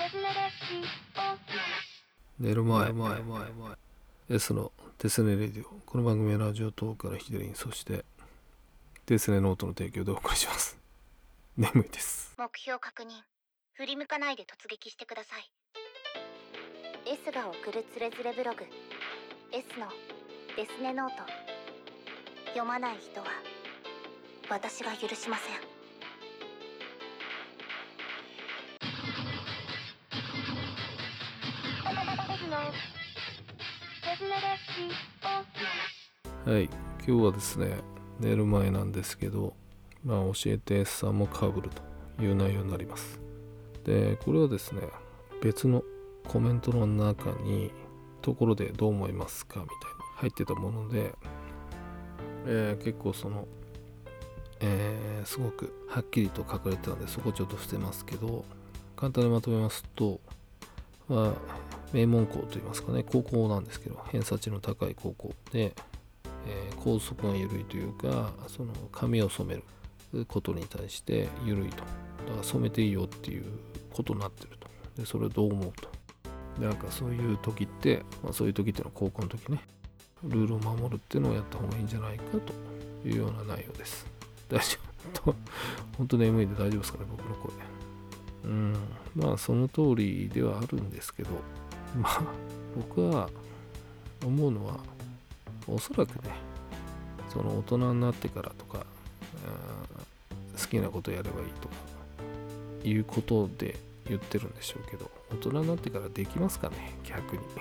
寝る前 S のデスネレディオ。この番組はラジオトークからヒデリン、そしてデスネノートの提供でお送りします。眠いです。 目標確認。振り向かないで突撃してください。 S が送るつれづれブログ S のデスネノート。読まない人は私が許しません。 はい、今日はですね、寝る前なんですけど、教えて S さんもかぶるという内容になります。で、これはですね、別のコメントの中にところでどう思いますかみたいな入ってたもので、結構すごくはっきりと書かれてたんで、そこちょっと伏せますけど、簡単にまとめますと、名門校といいますかね、高校なんですけど、偏差値の高い高校で、校則が緩いというか、その髪を染めることに対して緩いと。だから染めていいよっていうことになってると。で、それをどう思うと。なんかそういう時って、そういう時っていうのは高校の時ね、ルールを守るっていうのをやった方がいいんじゃないかというような内容です。大丈夫本当に眠いんで大丈夫ですかね、僕の声。その通りではあるんですけど、僕は思うのは、おそらくね、その大人になってからとか、好きなことやればいいとかいうことで言ってるんでしょうけど、大人になってからできますかね、逆に。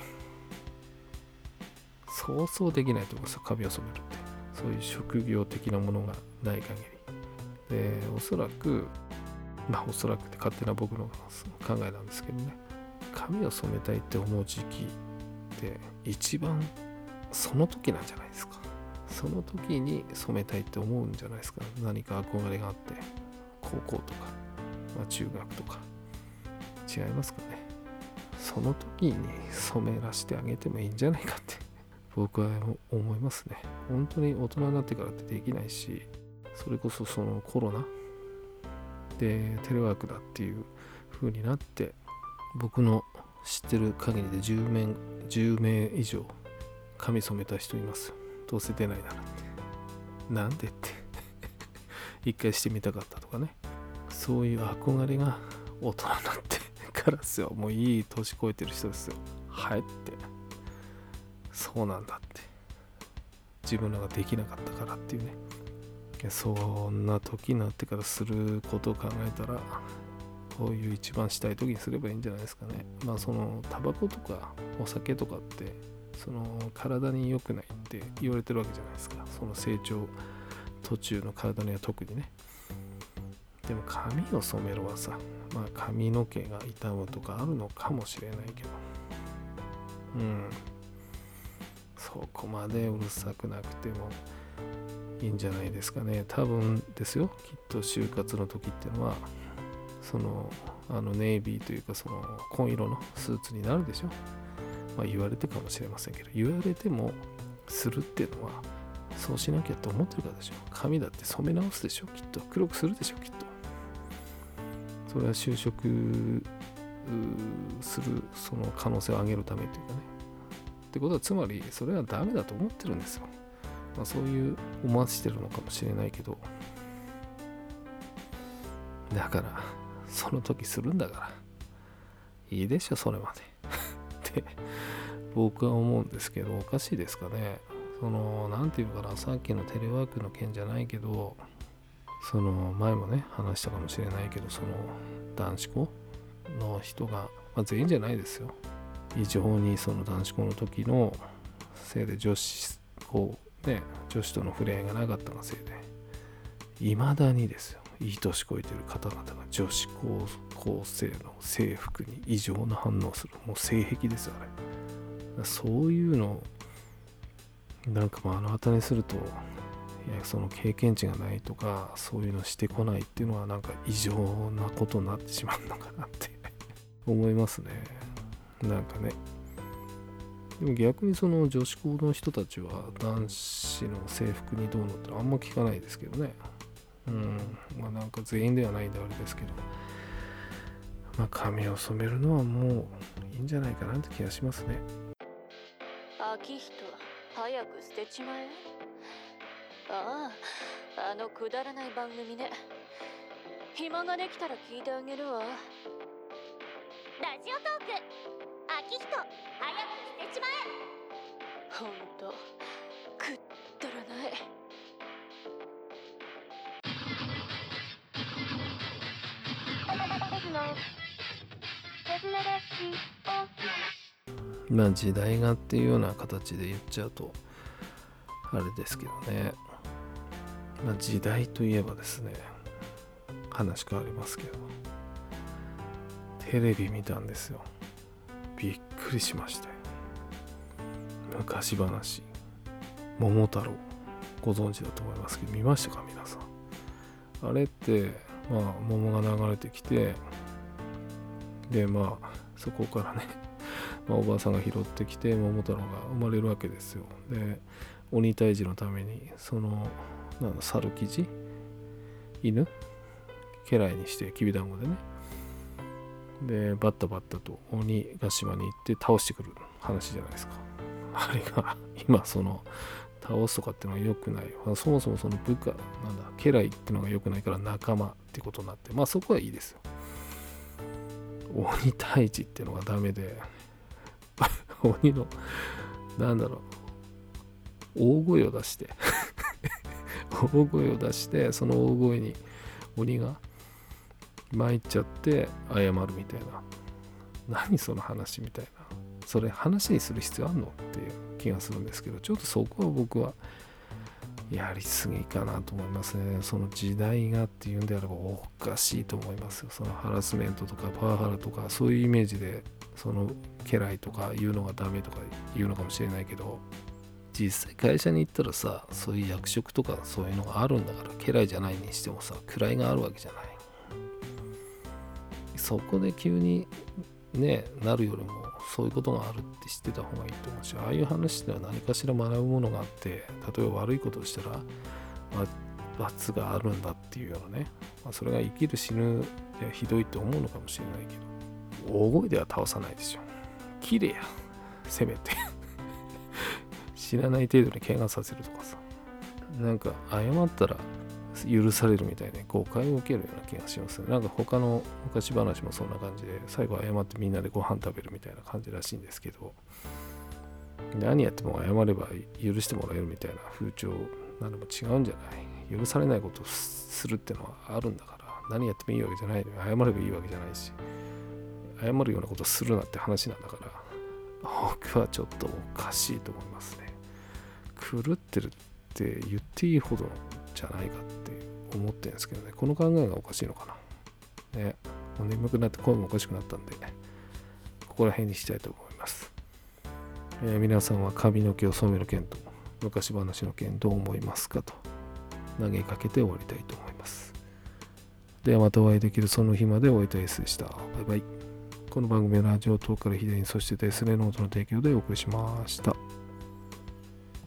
そうそうできないと思います、髪を染めるって。そういう職業的なものがない限り。で、おそらくって勝手な僕の考えなんですけどね、髪を染めたいって思う時期って一番その時なんじゃないですか。その時に染めたいって思うんじゃないですか。何か憧れがあって、高校とか、中学とか違いますかね。その時に染めらしてあげてもいいんじゃないかって僕は思いますね。本当に大人になってからってできないし、それこそそのコロナでテレワークだっていう風になって、僕の知ってる限りで10名以上髪染めた人いますよ。どうせ出ないならって。なんでって一回してみたかったとかね。そういう憧れが大人になってからですよ。もういい年越えてる人ですよ。はいって。そうなんだって。自分らができなかったからっていうね。そんな時になってからすることを考えたら、こういう一番したい時にすればいいんじゃないですかね。そのタバコとかお酒とかってその体に良くないって言われてるわけじゃないですか。その成長途中の体には特にね。でも髪を染めるはさ、髪の毛が傷むとかあるのかもしれないけど、そこまでうるさくなくてもいいんじゃないですかね。多分ですよ、きっと就活の時っていうのはそのネイビーというかその紺色のスーツになるでしょ。言われてかもしれませんけど、言われてもするっていうのはそうしなきゃと思ってるからでしょ。髪だって染め直すでしょ、きっと黒くするでしょ、きっと。それは就職するその可能性を上げるためというかね。ってことはつまりそれはダメだと思ってるんですよ。そういう思わせてるのかもしれないけど、だからその時するんだからいいでしょ、それまでって僕は思うんですけど、おかしいですかね。なんていうかな、さっきのテレワークの件じゃないけど、その前もね話したかもしれないけど、その男子校の人が、全員じゃないですよ、異常にその男子校の時のせいで女子との触れ合いがなかったがせいで、いまだにですよ、いい年越えてる方々が女子高生の制服に異常な反応する。もう性癖ですよ、あれ。そういうのなんか目の当たりにすると、その経験値がないとかそういうのしてこないっていうのはなんか異常なことになってしまうのかなって思いますね。なんかね。でも逆にその女子校の人たちは男子の制服にどうのってあんま聞かないですけどね。なんか全員ではないんであれですけど、 髪を染めるのはもういいんじゃないかなって気がしますね。 秋人、早く捨てちまえ。ああ、あのくだらない番組ね。暇ができたら聞いてあげるわ。 ラジオトーク、秋人、早く捨てちまえ。 ほんと、くったらない。 時代がっていうような形で言っちゃうとあれですけどね。時代といえばですね、話変わりますけど、テレビ見たんですよ。びっくりしましたよ。昔話、桃太郎、ご存知だと思いますけど、見ましたか皆さん。あれって桃が流れてきて、でそこからねおばあさんが拾ってきて桃太郎が生まれるわけですよ。で鬼退治のためにその猿生地犬家来にしてきびだんごでね、でバッタバッタと鬼ヶ島に行って倒してくる話じゃないですか。あれが今その倒すとかっていうのは良くない。そもそもその部下家来っていうのが良くないから仲間ってことになって、そこはいいですよ。鬼退治っていうのがダメで鬼の大声を出して大声を出してその大声に鬼が参っちゃって謝るみたいな、何その話みたいな、それ話にする必要あんのっていう気がするんですけど、ちょっとそこは僕はやりすぎかなと思いますね。その時代がっていうんであればおかしいと思いますよ。そのハラスメントとかパワハラとかそういうイメージでその家来とか言うのがダメとか言うのかもしれないけど、実際会社に行ったらさ、そういう役職とかそういうのがあるんだから、家来じゃないにしてもさ位があるわけじゃない。そこで急にねなるよりもそういうことがあるって知ってた方がいいと思うし、ああいう話では何かしら学ぶものがあって、例えば悪いことをしたら罰があるんだっていうようなね、それが生きる死ぬでひどいと思うのかもしれないけど、大声では倒さないでしょ。切れやせめて知らない程度に怪我させるとかさ、謝ったら許されるみたいで誤解を受けるような気がしますね。他の昔話もそんな感じで、最後謝ってみんなでご飯食べるみたいな感じらしいんですけど、何やっても謝れば許してもらえるみたいな風潮なのも違うんじゃない。許されないことをするってのはあるんだから、何やってもいいわけじゃないのよ。謝ればいいわけじゃないし、謝るようなことをするなって話なんだから、僕はちょっとおかしいと思いますね。狂ってるって言っていいほどじゃないかって思ってるんですけどね。この考えがおかしいのかなね。もう眠くなって声もおかしくなったんで、ここら辺にしたいと思います。皆さんは髪の毛を染める件と昔話の件どう思いますかと投げかけて終わりたいと思います。ではまたお会いできるその日までお会いたいですでした。バイバイ。この番組はラジオトークから左に、そしてデスネノートの提供でお送りしました。